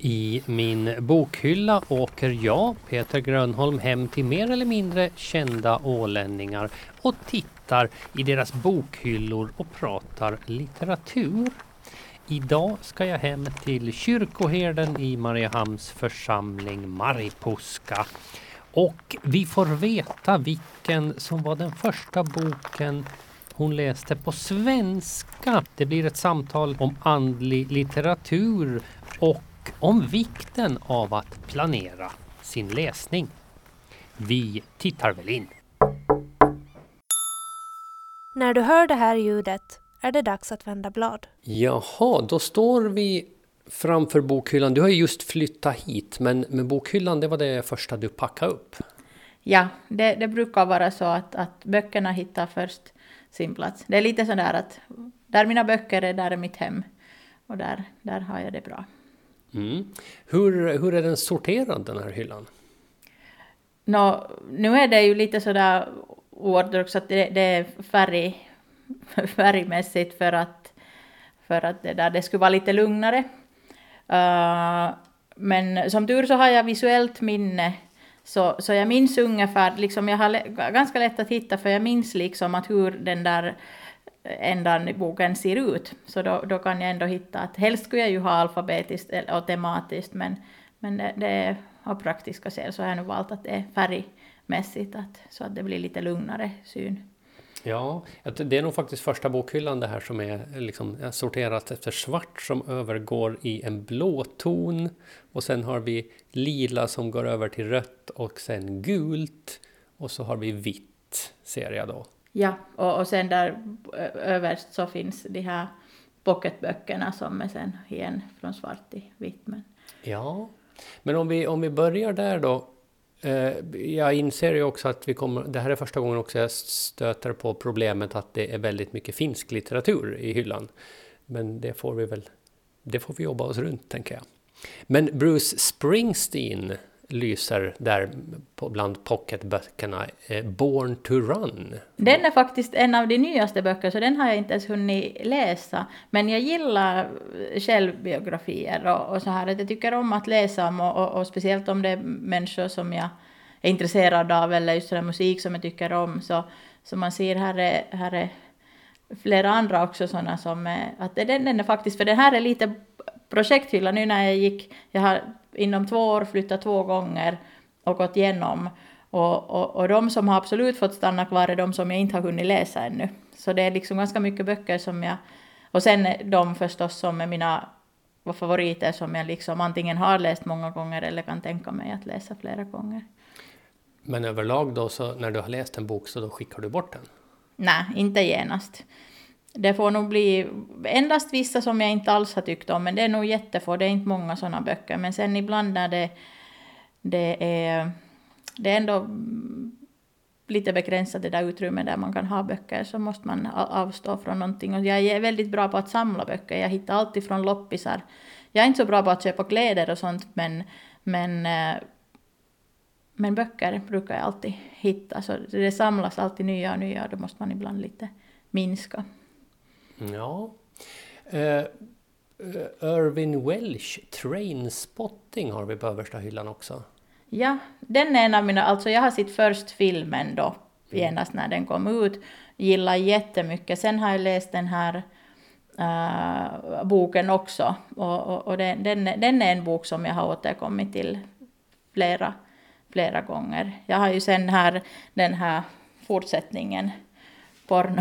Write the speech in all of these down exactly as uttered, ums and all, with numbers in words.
I min bokhylla åker jag, Peter Grönholm, hem till mer eller mindre kända ålänningar och tittar i deras bokhyllor och pratar litteratur. Idag ska jag hem till kyrkoherden i Mariehamns församling Maripuska. Och vi får veta vilken som var den första boken hon läste på svenska. Det blir ett samtal om andlig litteratur och om vikten av att planera sin läsning. Vi tittar väl in. När du hör det här ljudet är det dags att vända blad. Jaha, då står vi framför bokhyllan. Du har ju just flyttat hit, men med bokhyllan, det var det första du packade upp. Ja, det, det brukar vara så att, att böckerna hittar först sin plats. Det är lite sådär att där mina böcker är, där är mitt hem. Och där, där har jag det bra. Mm. Hur, hur är den sorterad, den här hyllan? Nå, nu är det ju lite sådär oortodoxt att det, det är färg, färgmässigt för att, för att det, där, det skulle vara lite lugnare. Uh, men som tur så har jag visuellt minne. Så, så jag minns ungefär, liksom jag har le- ganska lätt att hitta, för jag minns liksom att hur den där ändan i boken ser ut. Så då, då kan jag ändå hitta att helst skulle jag ju ha alfabetiskt och tematiskt, men, men det, det är av praktiska skäl så har jag nu valt att det är färgmässigt, att, så att det blir lite lugnare syn. Ja, det är nog faktiskt första bokhyllan det här som är liksom sorterat efter svart som övergår i en blå ton. Och sen har vi lila som går över till rött och sen gult. Och så har vi vitt, ser jag då. Ja, och, och sen där överst så finns de här pocketböckerna som är sen igen från svart till vitt. Men... Ja, men om vi, om vi börjar där då. Jag inser ju också att vi kommer, det här är första gången också jag stöter på problemet att det är väldigt mycket finsk litteratur i hyllan. Men det får vi väl, det får vi jobba oss runt, tänker jag. Men Bruce Springsteen lyser där på bland pocketböckerna, Born to Run. Den är faktiskt en av de nyaste böcker, så den har jag inte ens hunnit läsa. Men jag gillar självbiografier och, och så här. Jag tycker om att läsa om, och, och, och speciellt om det är människor som jag är intresserad av eller just den musik som jag tycker om. Så, så man ser här är, här är flera andra också sådana som är, att den, den är faktiskt, för den här är lite projekthylla nu när jag gick, jag har inom två år flyttat två gånger och gått igenom. Och, och, och de som har absolut fått stanna kvar är de som jag inte har hunnit läsa ännu. Så det är liksom ganska mycket böcker som jag... Och sen de förstås som är mina favoriter som jag liksom antingen har läst många gånger eller kan tänka mig att läsa flera gånger. Men överlag då, så när du har läst en bok så då skickar du bort den? Nej, inte genast. Det får nog bli endast vissa som jag inte alls har tyckt om, men det är nog jättefå, det är inte många sådana böcker. Men sen ibland när det, det är det är ändå lite begränsat det där utrymmet där man kan ha böcker, så måste man avstå från någonting. Och jag är väldigt bra på att samla böcker, jag hittar alltid från loppisar. Jag är inte så bra på att köpa kläder och sånt, men, men, men böcker brukar jag alltid hitta. Så det samlas alltid nya och nya, och då måste man ibland lite minska. Ja, uh, Irving Welsh, Trainspotting har vi på översta hyllan också. Ja, den är en av mina, alltså jag har sett först filmen då, genast när den kom ut, gillar jättemycket. Sen har jag läst den här uh, boken också, och, och, och den, den, den är en bok som jag har återkommit till flera, flera gånger. Jag har ju sen här den här fortsättningen, porno,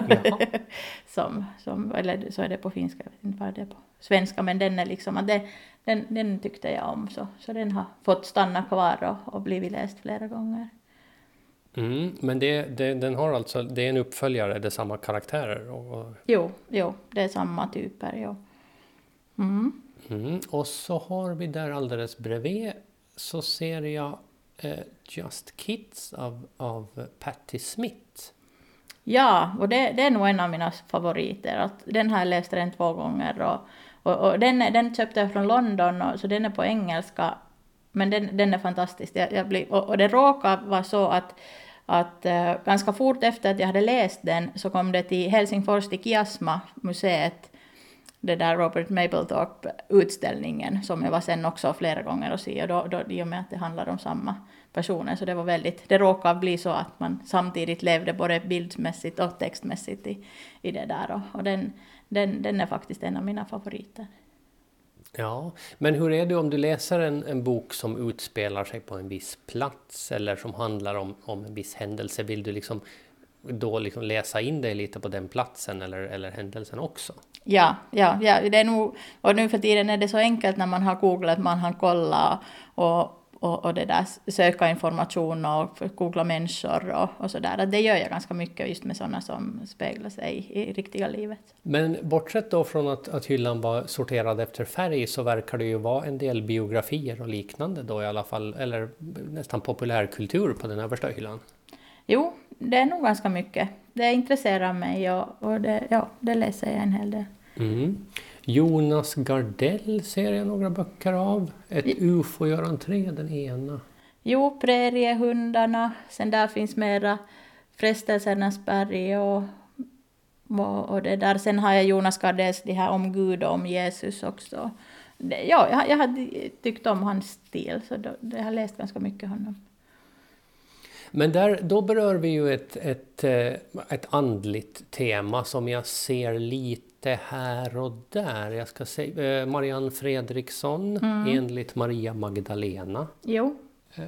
som, som, eller så är det på finska, jag vet inte vad det är på svenska, men den är liksom, att det, den, den tyckte jag om, så, så den har fått stanna kvar och, och blivit läst flera gånger. Mm, men det, det, den har alltså, det är en uppföljare, det är samma karaktärer? Och, och... Jo, jo, det är samma typer, jo. Mm. Mm, och så har vi där alldeles bredvid, så ser jag eh, Just Kids av, av Patti Smith. Ja, och det, det är nog en av mina favoriter. Att den har jag läst den två gånger. Och, och, och den, den köpte jag från London, och, så den är på engelska. Men den, den är fantastisk. Jag, jag blir, och, och det råkade vara så att, att uh, ganska fort efter att jag hade läst den så kom det till Helsingfors, till Kiasma-museet. det där Robert Mapplethorpe-utställningen som jag var sen också flera gånger och se, och då, då, i och med att det handlar om samma personer, så det var väldigt, det råkade bli så att man samtidigt levde både bildmässigt och textmässigt i, i det där, och, och den, den, den är faktiskt en av mina favoriter. Ja, men hur är det om du läser en, en bok som utspelar sig på en viss plats eller som handlar om, om en viss händelse? Vill du liksom då liksom läsa in dig lite på den platsen eller, eller händelsen också? Ja, ja, ja, det är nog, och nu för tiden är det så enkelt när man har googlat, man har kollat och, och, och det där, söka information och googla människor och, och sådär. Det gör jag ganska mycket just med sådana som speglar sig i, i riktiga livet. Men bortsett då från att, att hyllan var sorterad efter färg, så verkar det ju vara en del biografier och liknande då i alla fall, eller nästan populärkultur på den översta hyllan. Jo, det är nog ganska mycket. Det intresserar mig och, och det, ja, det läser jag en hel del. Mm. Jonas Gardell ser jag några böcker av. Ett U F O gör entré, den ena. Jo, Präriehundarna. Sen där finns mera Frestelsernas berg och, och, och det där. Sen har jag Jonas Gardells det här om Gud och om Jesus också. Det, ja, jag, jag har tyckt om hans stil, så då, jag har läst ganska mycket honom. Men där, då berör vi ju ett, ett, ett andligt tema som jag ser lite här och där. Jag ska säga eh, Marianne Fredriksson, mm. enligt Maria Magdalena. Jo.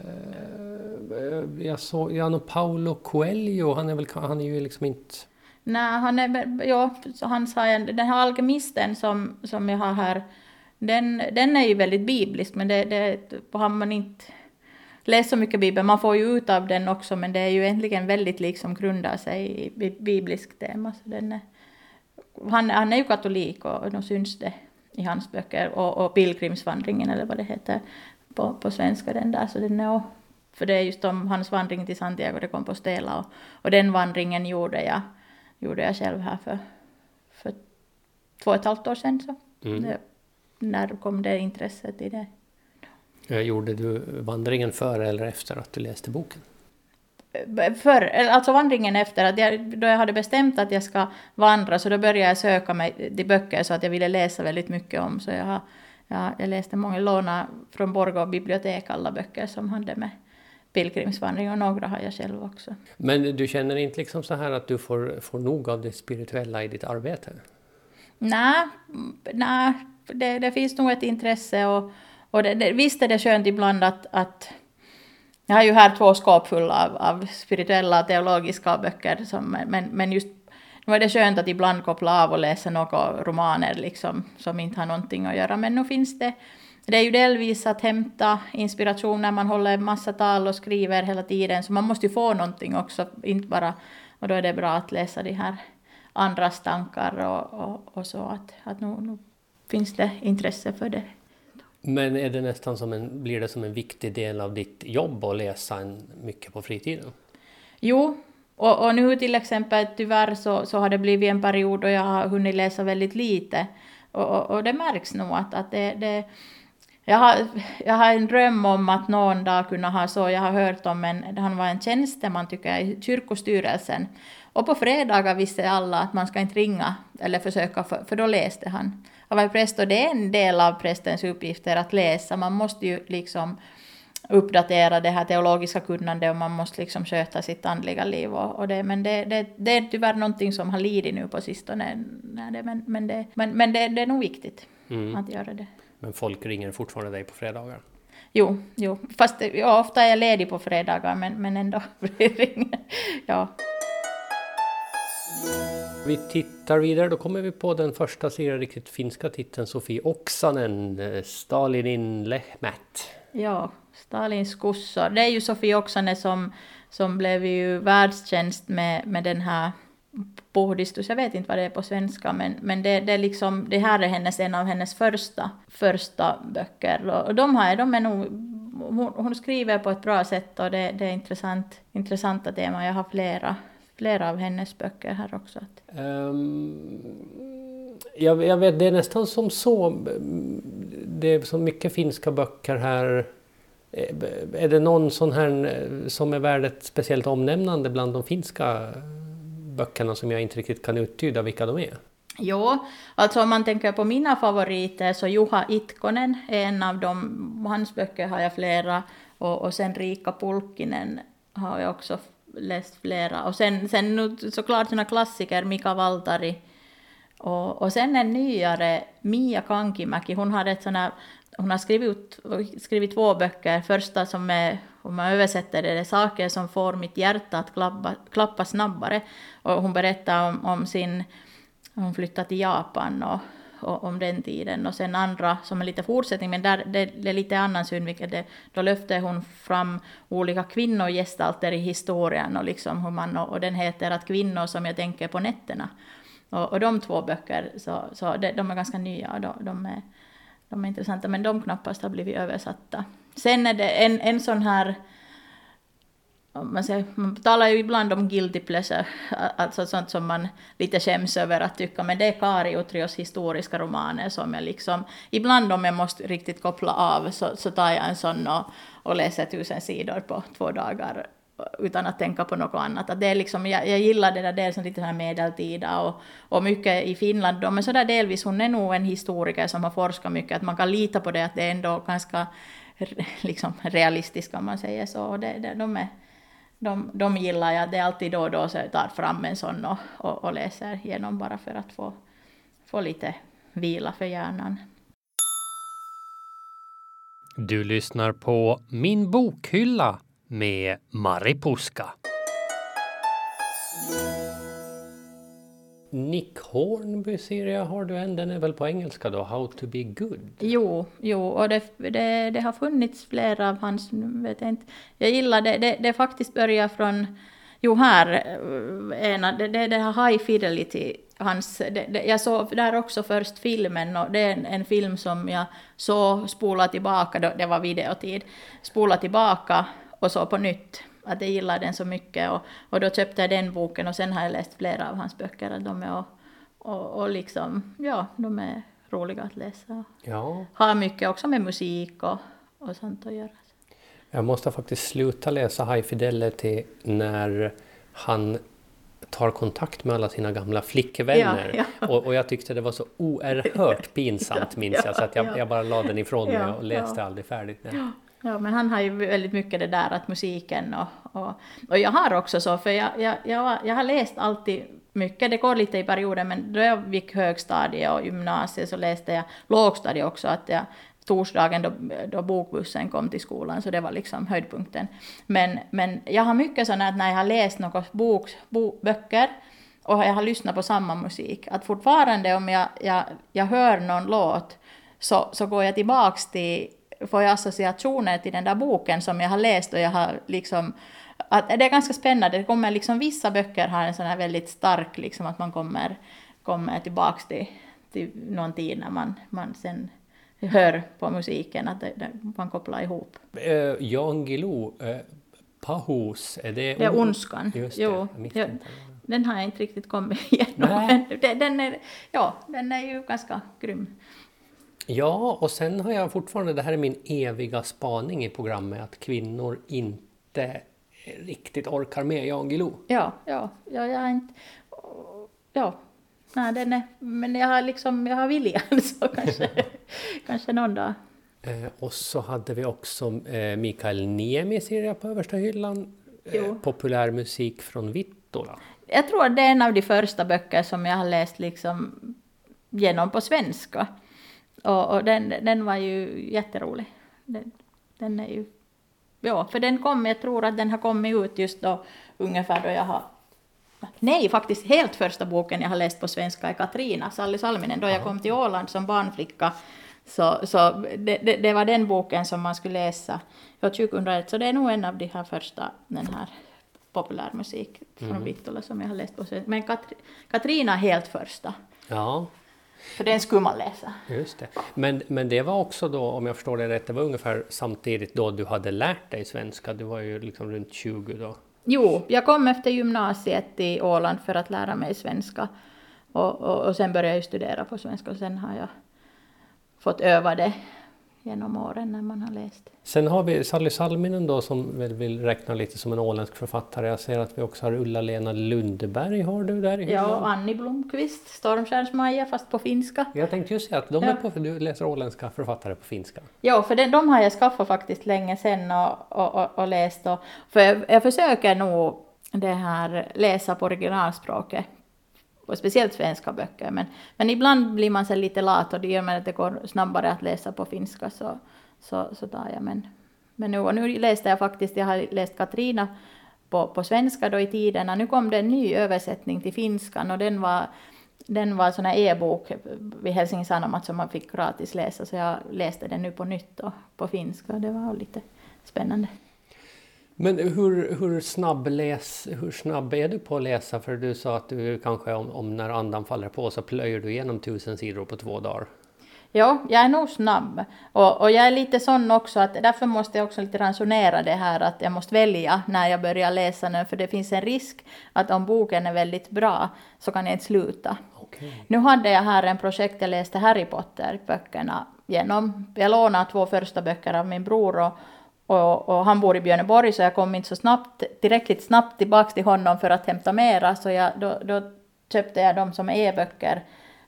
Eh, jag såg Jan Paulo Coelho, han är, väl, han är ju liksom inte... Nej, han är, ja, han sa den här alkemisten som, som jag har här, den, den är ju väldigt biblisk, men det, det har man inte... läser så mycket Bibeln, man får ju ut av den också, men det är ju egentligen väldigt liksom grundar sig i bibliskt tema. Så den är, han, han är ju katolik och, och då syns det i hans böcker, och, och Pilgrimsvandringen eller vad det heter på, på svenska den där. Så den är, för det är just om hans vandring till Santiago de Compostela, och, och den vandringen gjorde jag, gjorde jag själv här för, för två och ett halvt år sedan. Så. Mm. Det, när kom det intresset i det? Gjorde du vandringen före eller efter att du läste boken? För, alltså vandringen efter, att jag, då jag hade bestämt att jag ska vandra, så då började jag söka mig till böcker så att jag ville läsa väldigt mycket om. Så jag, har, jag, jag läste många, låna från Borgå bibliotek alla böcker som hade med pilgrimsvandring, och några har jag själv också. Men du känner inte liksom så här att du får, får nog av det spirituella i ditt arbete? Nej, nej det, det finns nog ett intresse, och Och det, det, visst är det skönt ibland att, att jag har ju här två skåp fulla av, av spirituella och teologiska böcker, som, men, men just nu är det skönt att ibland koppla av och läsa några romaner liksom, som inte har någonting att göra. Men nu finns det, det är ju delvis att hämta inspiration när man håller en massa tal och skriver hela tiden, så man måste ju få någonting också, inte bara, och då är det bra att läsa de här andras tankar och, och, och så, att, att nu, nu finns det intresse för det. Men är det nästan som en, blir det som en viktig del av ditt jobb att läsa en, mycket på fritiden? Jo, och, och nu till exempel tyvärr så, så har det blivit en period då jag har hunnit läsa väldigt lite. Och, och, och det märks nog att, att det, det jag, har, jag har en dröm om att någon dag kunna ha så. Jag har hört om en, han var en tjänsteman tycker jag i kyrkostyrelsen. Och på fredagar visste alla att man ska inte ringa eller försöka, för, för då läste han. Jag var präst, och det är en del av prästens uppgifter att läsa. Man måste ju liksom uppdatera det här teologiska kunnandet, och man måste liksom sköta sitt andliga liv. Och, och det, men det, det, det är tyvärr någonting som har lidit nu på sistone. Men, men, det, men, men det, det är nog viktigt mm. att göra det. Men folk ringer fortfarande dig på fredagar? Jo, jo. Fast ja, ofta är jag ledig på fredagar, men, men ändå ringer. Ja. Vi tittar vidare, då kommer vi på den första serien, riktigt finska titeln, Sofie Oksanen, Stalinin Lehmät. Ja, Stalins kossor. Det är ju Sofie Oksanen som, som blev ju världstjänst med, med den här Puhdistus. Jag vet inte vad det är på svenska, men, men det, det, är liksom, det här är hennes, en av hennes första, första böcker. Och de, här, de är nog, hon, hon skriver på ett bra sätt, och det, det är intressant, intressanta teman. Jag har flera. Flera av hennes böcker här också. Um, jag, jag vet, det är nästan som så. Det är så mycket finska böcker här. Är det någon sån här som är värd ett speciellt omnämnande bland de finska böckerna som jag inte riktigt kan uttyda vilka de är? Jo, alltså om man tänker på mina favoriter så Juha Itkonen är en av dem. Hans böcker har jag flera. Och, och sen Riikka Pulkkinen har jag också läst flera. Och sen, sen nu, såklart såna klassiker, Mika Waltari. Och, och sen en nyare, Mia Kankimäki. Hon har, ett såna, hon har skrivit, skrivit två böcker. Första som är, om man översätter det, det är saker som får mitt hjärta att klappa, klappa snabbare. Och hon berättar om, om sin... Hon flyttade till Japan och, och om den tiden. Och sen andra som är lite fortsättning, men där, det, det är lite annan synvinkel. Det, då lyfter hon fram olika kvinnogestalter i historien. Och, liksom hur man, och den heter Att kvinnor som jag tänker på nätterna. Och, och de två böcker, så, så det, de är ganska nya och de, de, är, de är intressanta. Men de knappast har blivit översatta. Sen är det en, en sån här... Man, säger, man talar ju ibland om guilty pleasure, alltså sånt som man lite skäms över att tycka, men det är Kari Utrios historiska romaner som jag liksom, ibland om jag måste riktigt koppla av så, så tar jag en sån och, och läser tusen sidor på två dagar utan att tänka på något annat. Att det är liksom, jag, jag gillar det där, det är som lite så här medeltida och, och mycket i Finland, de är så där delvis, hon är nog en historiker som har forskat mycket, att man kan lita på det, att det är ändå ganska liksom realistiskt kan man säga så, och det, det, de är De, de gillar jag, det är alltid då och då så jag tar fram en sån och, och, och läser igenom bara för att få, få lite vila för hjärnan. Du lyssnar på Min bokhylla med Mari Puska. Nick Hornby serie har du en, den är väl på engelska då, How to be good? Jo, jo och det, det, det har funnits flera av hans, vet jag inte, jag gillar det, det, det faktiskt börjar från, jo här, ena, det, det, det har High Fidelity, hans, det, det, jag såg där också först filmen, och det är en, en film som jag så spola tillbaka, då, det var videotid, spola tillbaka och så på nytt. Att jag gillar den så mycket, och, och då köpte jag den boken, och sen har jag läst flera av hans böcker, att de är och, och, och liksom, ja, de är roliga att läsa. Ja. Har mycket också med musik och, och sånt att göra. Jag måste faktiskt sluta läsa High Fidelity när han tar kontakt med alla sina gamla flickvänner. Ja, ja. Och, och jag tyckte det var så oerhört pinsamt, minns jag, så att jag, ja. jag bara la den ifrån mig och läste ja. aldrig färdigt. Ja. Ja, men han har ju väldigt mycket det där att musiken och, och, och jag har också så, för jag, jag, jag, jag har läst alltid mycket, det går lite i perioden, men då jag gick högstadie och gymnasiet så läste jag lågstadie också, att jag torsdagen då, då bokbussen kom till skolan, så det var liksom höjdpunkten. Men, men jag har mycket sådana att när jag har läst några bok, bok, böcker och jag har lyssnat på samma musik, att fortfarande om jag, jag, jag hör någon låt så, så går jag tillbaks till, får jag associationer till den där boken som jag har läst, och jag har liksom, att det är ganska spännande, det kommer liksom, vissa böcker har en sån här väldigt stark, liksom att man kommer, kommer tillbaks till, till någon tid när man, man sen hör på musiken, att det, det, man kopplar ihop. Uh, Jan Guillou, uh, Pahus, är det... Det är Ondskan. Just det, jo, jag, den har jag inte riktigt kommit igenom, men den, den, är, ja, den är ju ganska grym. Ja, och sen har jag fortfarande, det här är min eviga spaning i programmet, att kvinnor inte riktigt orkar med Jan Guillou. Ja, ja, ja, jag har inte, ja, nej, den är, men jag har liksom, jag har viljan, så kanske, kanske någon dag. Eh, och så hade vi också eh, Mikael Niemi serie på översta hyllan, eh, populärmusik från Vittola. Jag tror att det är en av de första böcker som jag har läst liksom genom på svenska. Och, och den, den var ju jätterolig. Den, den är ju, ja, för den kom, jag tror att den har kommit ut just då, ungefär då jag har, nej faktiskt helt första boken jag har läst på svenska är Katrina, Sally Salminen, då jag kom till Åland som barnflicka. Så, så det, det, det var den boken som man skulle läsa tjugohundraett, så det är nog en av de här första, den här populärmusik från mm. Vittola som jag har läst på svenska. Men Katri, Katrina är helt första. Ja. För den skulle man läsa. Just det. Men, men det var också då, om jag förstår det rätt, det var ungefär samtidigt då du hade lärt dig svenska. Du var ju liksom runt tjugo då. Jo, jag kom efter gymnasiet i Åland för att lära mig svenska. Och, och, och sen började jag studera på svenska, och sen har jag fått öva det genom åren när man har läst. Sen har vi Sally Salminen då som väl vill räkna lite som en åländsk författare. Jag ser att vi också har Ulla-Lena Lundberg, har du där i hyllan? Ja, Annie Blomqvist, Stormstjärnsmaja fast på finska. Jag tänkte ju säga att de ja. är på, för du läser åländska författare på finska. Ja, för de, de har jag skaffat faktiskt länge sedan och, och, och, och läst. Och, för jag, jag försöker nog det här läsa på originalspråket. Och speciellt svenska böcker. Men, men ibland blir man så lite lat och det gör man att det går snabbare att läsa på finska. Så, så, så tar jag. Men, men nu, och nu läste jag faktiskt, jag har läst Katrina på, på svenska då i tiderna. Nu kom det en ny översättning till finskan och den var, den var sån här e-bok vid Helsingin Sanomat som man fick gratis läsa. Så jag läste den nu på nytt då, på finska. Det var lite spännande. Men hur, hur, snabb läs, hur snabb är du på att läsa? För du sa att du kanske om, om när andan faller på så plöjer du igenom tusen sidor på två dagar. Ja, jag är nog snabb. Och, och jag är lite sån också att därför måste jag också lite ransonera det här att jag måste välja när jag börjar läsa nu. För det finns en risk att om boken är väldigt bra så kan jag inte sluta. Okay. Nu hade jag här en projekt, jag läste Harry Potter-böckerna genom. Jag lånade två första böcker av min bror och Och, och han bor i Björneborg så jag kom inte så snabbt, tillräckligt snabbt tillbaka till honom för att hämta mera. Så jag, då, då köpte jag dem som e-böcker.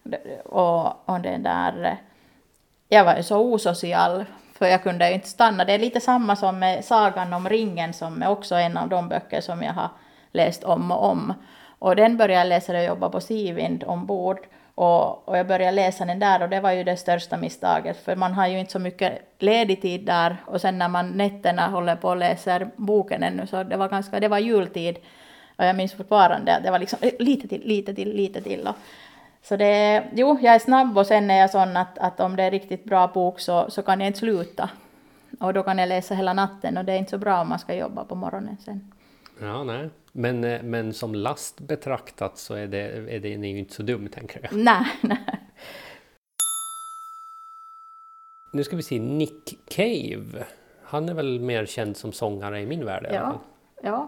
Och, och det där, jag var ju så osocial för jag kunde ju inte stanna. Det är lite samma som med Sagan om ringen som är också en av de böcker som jag har läst om och om. Och den började jag läsa och jobba på Sivind ombord. Och, och jag började läsa den där och det var ju det största misstaget. För man har ju inte så mycket ledig tid där. Och sen när man nätterna håller på och läser boken ännu så det var ganska, det var jultid. Och jag minns fortfarande, det var liksom lite till, lite till, lite till. Och, så det, jo, jag är snabb och sen är jag sån att, att om det är riktigt bra bok så, så kan jag inte sluta. Och då kan jag läsa hela natten och det är inte så bra om man ska jobba på morgonen sen. Ja, nej. Men, men som last betraktat så är det, är det ju inte så dumt, tänker jag. Nej, nej. Nu ska vi se Nick Cave. Han är väl mer känd som sångare i min värld. Ja, ja.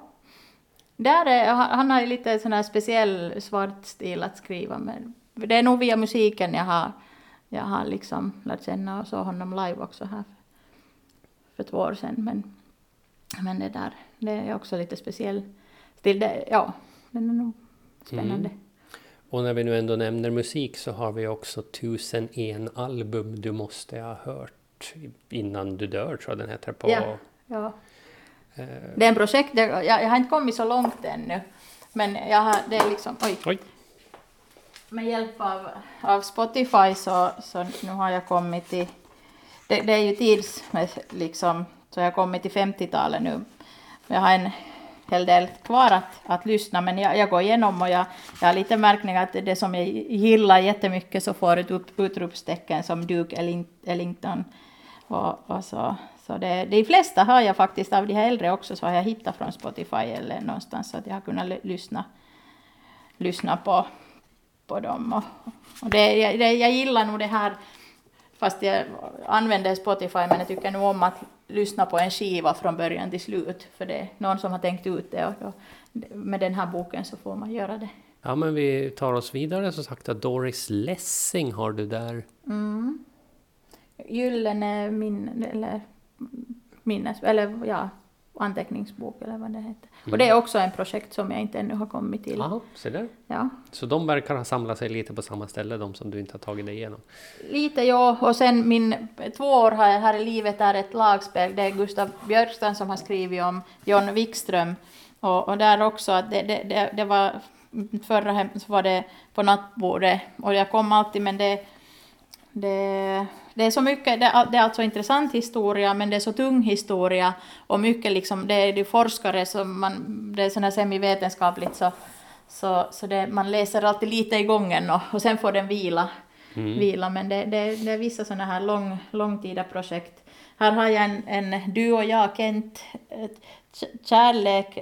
Där är, han har ju lite sån här speciell svart stil att skriva med. Det är nog via musiken jag har, jag har liksom lärt känna och så honom live också här för, för två år sedan. Men, men det där, det är också lite speciell stil. Det, ja, den är nog spännande. Mm. Och när vi nu ändå nämner musik så har vi också tusen en album du måste ha hört innan du dör, tror jag den heter på. Ja, ja. Eh. Det är en projekt, jag, jag har inte kommit så långt ännu. Men jag har, det är liksom, oj. oj. Med hjälp av, av Spotify så, så nu har jag kommit till, det, det är ju tids, liksom, så jag har kommit till femtiotalet nu. Jag har en hel del kvar att, att lyssna, men jag, jag går igenom och jag, jag har lite märkning att det som jag gillar jättemycket så får ett upp, utropstecken som Duke Ellington. Och, och så, så det, de flesta har jag faktiskt av de här äldre också så har jag hittat från Spotify eller någonstans så att jag har kunnat l- lyssna, lyssna på, på dem. Och, och det, jag, det, jag gillar nog det här, fast jag använder Spotify men jag tycker nog om att lyssna på en skiva från början till slut. För det är någon som har tänkt ut det och då, med den här boken så får man göra det. Ja, men vi tar oss vidare så sagt att Doris Lessing har du där. Mm. Gyllene min, eller minnes, eller ja, anteckningsbok eller vad det heter. Mm. Och det är också en projekt som jag inte ännu har kommit till. Ja, så där. Ja. Så de verkar ha samlat sig lite på samma ställe, de som du inte har tagit dig igenom. Lite, ja. Och sen min två år har jag här i livet är ett lagspel. Det är Gustav Björkstrand som har skrivit om John Wikström. Och, och där också, att det, det, det, det var förra hem så var det på nattbordet. Och jag kom alltid, men det Det, det är så mycket, det, det är alltså intressant historia men det är så tung historia och mycket liksom, det är de forskare som man, det är sån här semivetenskapligt så, så, så det, man läser alltid lite i gången och, och sen får den vila, mm. vila men det, det, det är vissa såna här lång, långtida projekt. Här har jag en, en du och jag Kent, ett kärlek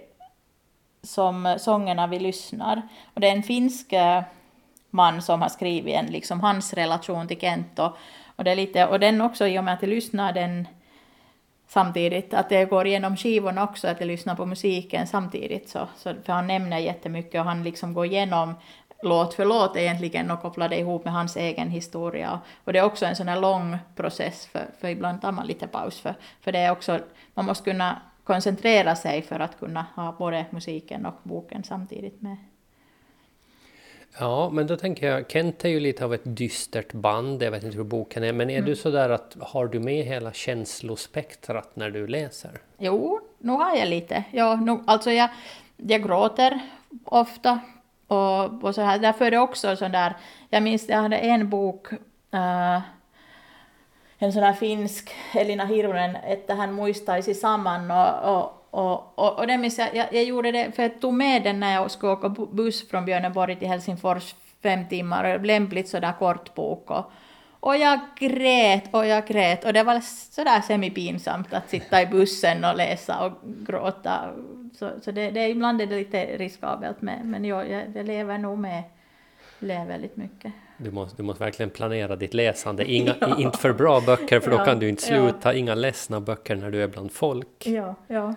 som sångerna vi lyssnar och det är en finsk man som har skrivit en, liksom hans relation till Kent och, och det är lite, och den också i och med att jag lyssnar den samtidigt, att det går igenom skivorna också, att jag lyssnar på musiken samtidigt så, så för han nämner jättemycket och han liksom går igenom låt för låt egentligen och koppla det ihop med hans egen historia. Och det är också en sån här lång process, för, för ibland tar man lite paus. För, för det är också, man måste kunna koncentrera sig för att kunna ha både musiken och boken samtidigt med. Ja, men då tänker jag, Kent är ju lite av ett dystert band, jag vet inte hur boken är, men är mm. du så där att, har du med hela känslospektrat när du läser? Jo, nu har jag lite. Ja, nu, alltså jag, jag gråter ofta och, och så här, därför är det också sån där, jag minns jag hade en bok, uh, en sån här finsk, Elina Hirvonen, että hän muistaisi samman och, och Och, och, och det minns jag, jag, jag gjorde det för jag tog med den när jag skulle åka buss från Björneborg till Helsingfors fem timmar och lämpligt sådär kort bok och, och jag grät och jag grät och det var sådär semipinsamt att sitta i bussen och läsa och gråta, så, så det, det ibland är det lite riskabelt med, men jag, jag, det lever nog med lever väldigt mycket. Du måste, du måste verkligen planera ditt läsande. Inga, ja. Inte för bra böcker, för då ja, kan du inte sluta. Ja. Inga ledsna böcker när du är bland folk. Ja, ja.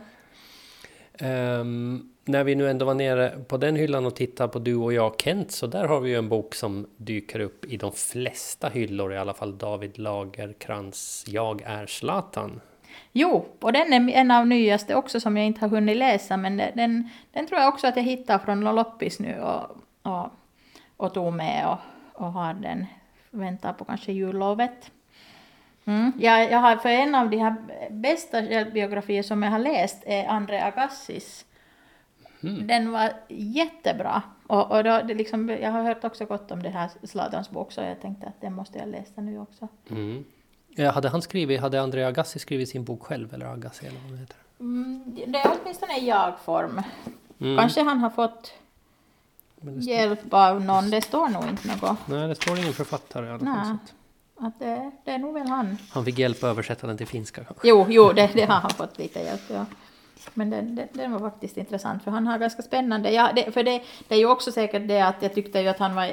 Um, när vi nu ändå var nere på den hyllan och tittade på Du och jag, Kent, så där har vi ju en bok som dyker upp i de flesta hyllor, i alla fall David Lagercrantz Jag är Zlatan. Jo, och den är en av nyaste också som jag inte har hunnit läsa, men den, den tror jag också att jag hittar från Loppis nu och, och, och tog med och, och har den, väntar på kanske jullovet. Mm. Jag, jag har för en av de här bästa självbiografier som jag har läst är Andre Agassis. Mm. Den var jättebra. Och, och då, det liksom, jag har hört också gott om det här Zlatans bok, så jag tänkte att den måste jag läsa nu också. Mm. Ja, hade han skrivit, hade Andre Agassi skrivit sin bok själv eller Agassi eller vad det heter? Mm, det är åtminstone i jag-form. Mm. Kanske han har fått hjälp av någon, det står nog inte något. Nej, det står ingen författare i alla fall. Att det, det är nog väl han. Han fick hjälp att översätta den till finska kanske. Jo, jo det, det har han fått lite hjälp, ja. Men den, den, den var faktiskt intressant, för han har ganska spännande. Ja, det, för det, det är ju också säkert det att jag tyckte ju att han var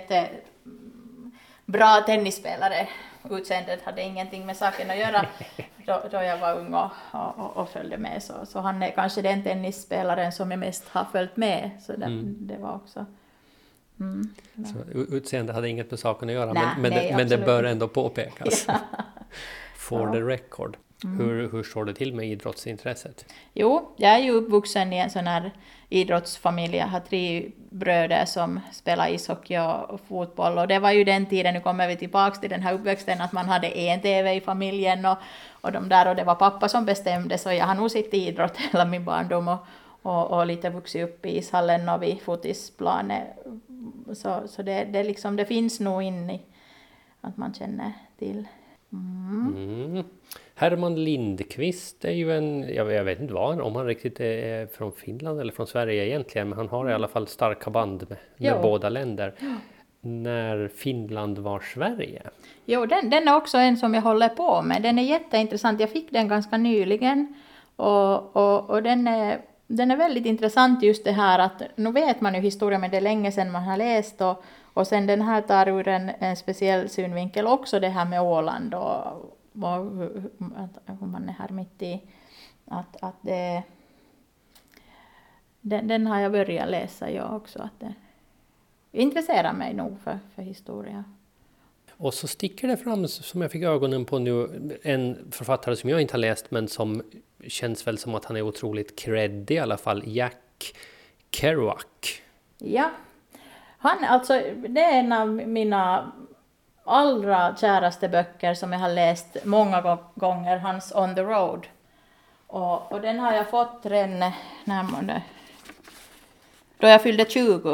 jättebra tennisspelare. Utseendet hade ingenting med saken att göra då, då jag var ung och, och, och följde med. Så, så han är kanske den tennisspelaren som jag mest har följt med. Så det, mm. det var också... Mm, så utseende hade inget med saken att göra, nej, men, men, nej, det, men det bör ändå påpekas. Ja. For ja. the record. Mm. Hur, hur står det till med idrottsintresset? Jo, jag är ju uppvuxen i en sån här idrottsfamilj. Jag har tre bröder som spelar ishockey och fotboll. Och det var ju den tiden, nu kommer vi tillbaka till den här uppväxten, att man hade en tv i familjen och, och de där, och det var pappa som bestämde. Så jag har nog sitt i idrott hela min barndom och, och, och lite vuxit upp i ishallen och vid fotisplanet. Så, så det, det, liksom, det finns nog in i att man känner till. Mm. Mm. Herman Lindqvist är ju en, jag, jag vet inte vad, om han riktigt är från Finland eller från Sverige egentligen, men han har i alla fall starka band med, med båda länder. Ja. När Finland var Sverige. Jo, den, den är också en som jag håller på med. Den är jätteintressant. Jag fick den ganska nyligen och, och, och den är Den är väldigt intressant, just det här att nu vet man ju historien, men det är länge sedan man har läst, och, och sen den här tar ur en, en speciell synvinkel också, det här med Åland och, och hur, hur man är här mitt i, att, att det, den, den har jag börjat läsa jag också, att det intresserar mig nog för, för historia. Och så sticker det fram, som jag fick ögonen på nu, en författare som jag inte har läst, men som känns väl som att han är otroligt creddig i alla fall, Jack Kerouac. Ja, han, alltså, det är en av mina allra käraste böcker som jag har läst många gånger, hans On the Road. Och, och den har jag fått redan när, då jag fyllde tjugo.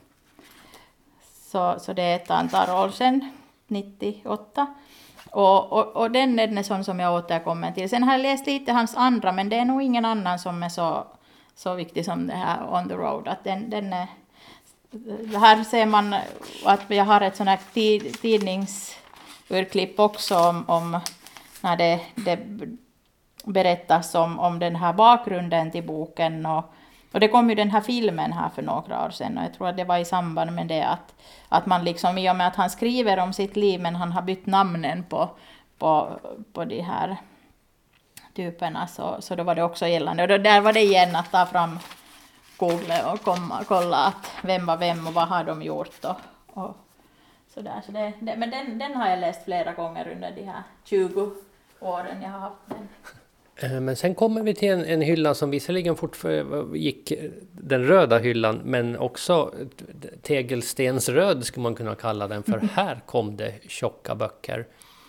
Så, så det är ett antal år sedan. nittioåtta. Och, och, och den är en sån som jag återkommer till. Sen har jag läst lite hans andra, men det är nog ingen annan som är så, så viktig som det här On the Road. Att den, den är, här ser man att jag har ett sånt här tid, tidningsurklipp också om, om när det, det berättas om, om den här bakgrunden till boken. Och, och det kom ju den här filmen här för några år sedan, och jag tror att det var i samband med det att, att man liksom, i och med att han skriver om sitt liv, men han har bytt namnen på, på, på de här typerna, så, så då var det också gällande. Och då, där var det igen att ta fram googla och komma, kolla att vem var vem och vad har de gjort och, och sådär. Så det, det, men den, den har jag läst flera gånger under de här tjugo åren jag har haft den. Men sen kommer vi till en, en hylla som visserligen fortfarande gick den röda hyllan, men också tegelstensröd skulle man kunna kalla den, för här kom det tjocka böcker.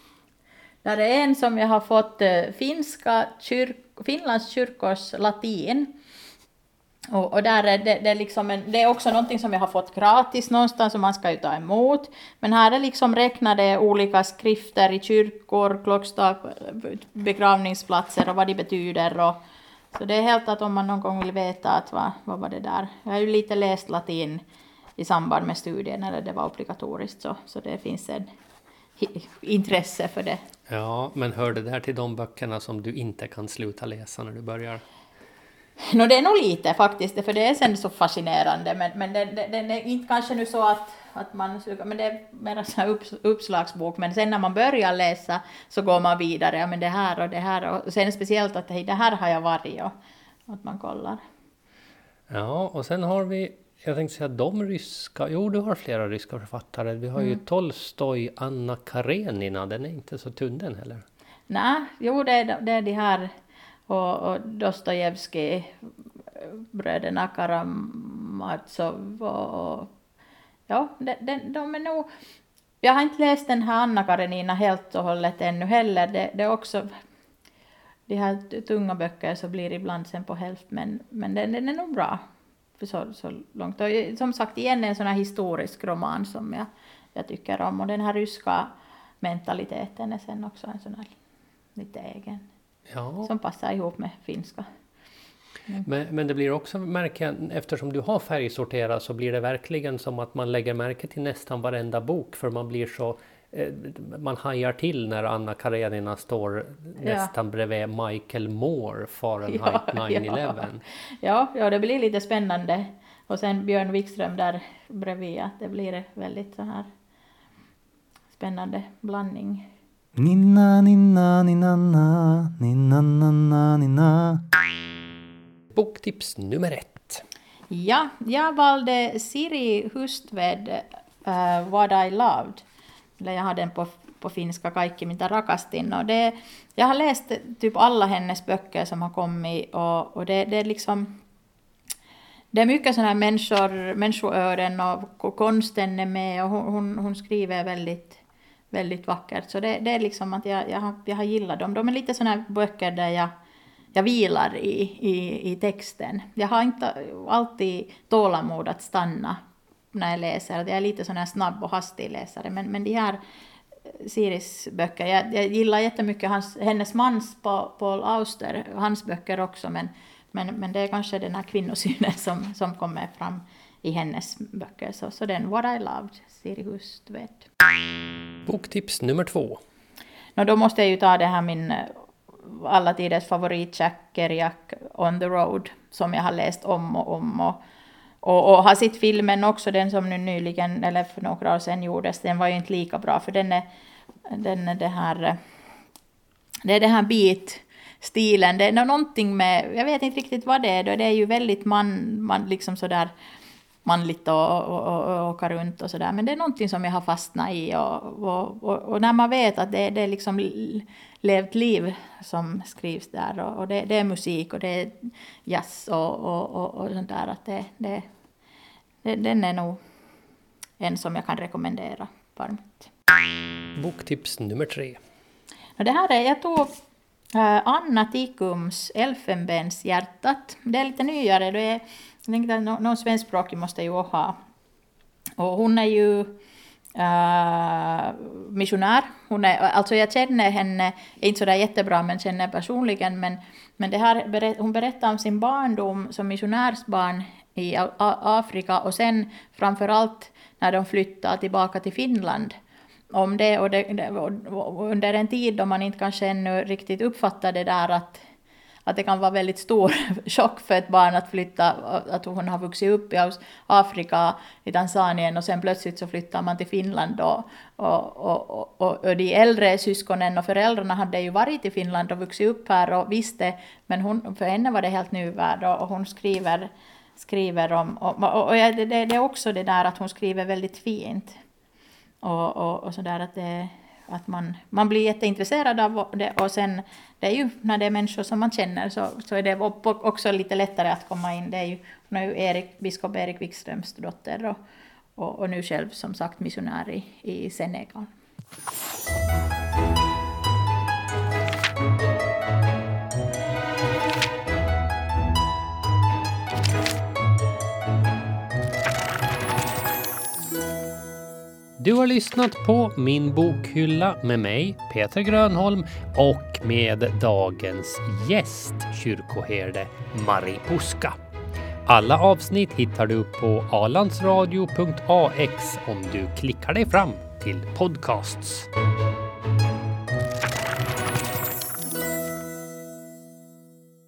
Där är en som jag har fått eh, finska kyrk, Finlands kyrkors latin. Och, och där är det, det, är liksom en, det är också någonting som jag har fått gratis någonstans som man ska ju ta emot. Men här är liksom räknade olika skrifter i kyrkor, klockslag, begravningsplatser och vad de betyder. Och, så det är helt att om man någon gång vill veta att vad, vad var det där. Jag har ju lite läst latin i samband med studien, eller det var obligatoriskt, så, så det finns en intresse för det. Ja, men hör det där till de böckerna som du inte kan sluta läsa när du börjar? No, det är nog lite faktiskt, för det är sen så fascinerande, men, men det, det, det är inte kanske nu så att, att man, men det är mer så här upps, uppslagsbok, men sen när man börjar läsa så går man vidare, ja, men det här och det här, och sen speciellt att det, det här har jag varit, och att man kollar. Ja, och sen har vi, jag tänkte säga de ryska, jo du har flera ryska författare, vi har mm. ju Tolstoj, Anna Karenina, den är inte så tunn den heller. Nej, jo det är, det är de här, och, och Dostojevskij, bröderna Karamazov, och ja, de, de, de är nog, jag har inte läst den här Anna Karenina helt och hållet ännu heller, det, det är också de här tunga böcker så blir ibland sen på hälft, men, men den, den är nog bra. Så, så långt. Och som sagt igen en sån här historisk roman som jag, jag tycker om, och den här ryska mentaliteten är sen också en sån här lite egen, ja, som passar ihop med finska. Mm. Men, men det blir också, märker jag, eftersom du har färgsorterat så blir det verkligen som att man lägger märke till nästan varenda bok, för man blir så, eh, man hajar till när Anna Karenina står ja. nästan bredvid Michael Moore, Fahrenheit ja, nio elva. Ja, ja, det blir lite spännande. Och sen Björn Wikström där bredvid, det blir väldigt så här spännande blandning. Ninna, ninna, ninna, ninna, ninna, ninna. Boktips nummer ett. Ja, jag valde Siri Hustved, uh, What I Loved. Eller jag har den på, på finska, Kaikki mitä rakastin. Och det, jag har läst typ alla hennes böcker som har kommit, och, och det, det är liksom, det är mycket sådana här människor, människoöden, och konsten är med, och hon, hon, hon skriver väldigt, väldigt vackert. Så det, det är liksom att jag, jag, har, jag har gillat dem. De är lite sådana här böcker där jag Jag vilar i, i, i texten. Jag har inte alltid tålamod att stanna när jag läser. Jag är lite sån här snabb och hastig läsare. Men, men de här Siris böcker, jag, jag gillar jättemycket hans, hennes mans Paul Auster, hans böcker också. Men, men, men det är kanske den här kvinnosynen som, som kommer fram i hennes böcker. Så, så den What I Loved, Siri Hustved. Boktips nummer två. No, då måste jag ju ta det här min alla tiders favorit Jack Kerouac, On the Road, som jag har läst om och om, och, och, och har sett filmen också, den som nu nyligen, eller för några år sedan gjordes, den var ju inte lika bra, för den är, den är det här, det är det här beat-stilen, det är någonting med, jag vet inte riktigt vad det är, det är ju väldigt man, man liksom sådär manligt och, och, och, och åka runt och sådär, men det är någonting som jag har fastnat i, och, och, och, och när man vet att det, det är liksom levt liv som skrivs där, och, och det, det är musik och det är jazz och, och, och, och sånt där, att det, det, det, den är nog en som jag kan rekommendera varmt. Boktips nummer tre. Och det här är, jag tog äh, Anna Tikums Elfenbenshjärtat. Det är lite nyare, det är, jag tänkte att någon svenskspråkig måste ju ha. Och hon är ju äh, missionär. Hon är, alltså jag känner henne, inte så där jättebra, men känner personligen. Men, men det här, hon berättar om sin barndom som missionärsbarn i Afrika, och sen framförallt när de flyttade tillbaka till Finland. Om det, och det, det och under en tid då man inte kanske ännu riktigt uppfattade det där att att det kan vara väldigt stor chock för ett barn att flytta, att hon har vuxit upp i Afrika, i Tanzanien, och sen plötsligt så flyttar man till Finland då. Och, och, och, och de äldre syskonen och föräldrarna hade ju varit i Finland och vuxit upp här och visste, men hon, för henne var det helt ny värld, och hon skriver skriver om. Och, och, och det, det är också det där att hon skriver väldigt fint. Och, och, och sådär att, det, att man, man blir jätteintresserad av det. Och sen, det är ju när det är människor som man känner så, så är det också lite lättare att komma in. Det är ju, hon är ju Erik, biskop Erik Wikströms dotter och, och, och nu själv som sagt missionär i, i Senegal. Du har lyssnat på Min bokhylla med mig, Peter Grönholm, och med dagens gäst, kyrkoherde Marie Puska. Alla avsnitt hittar du på alandsradio punkt a x om du klickar dig fram till podcasts.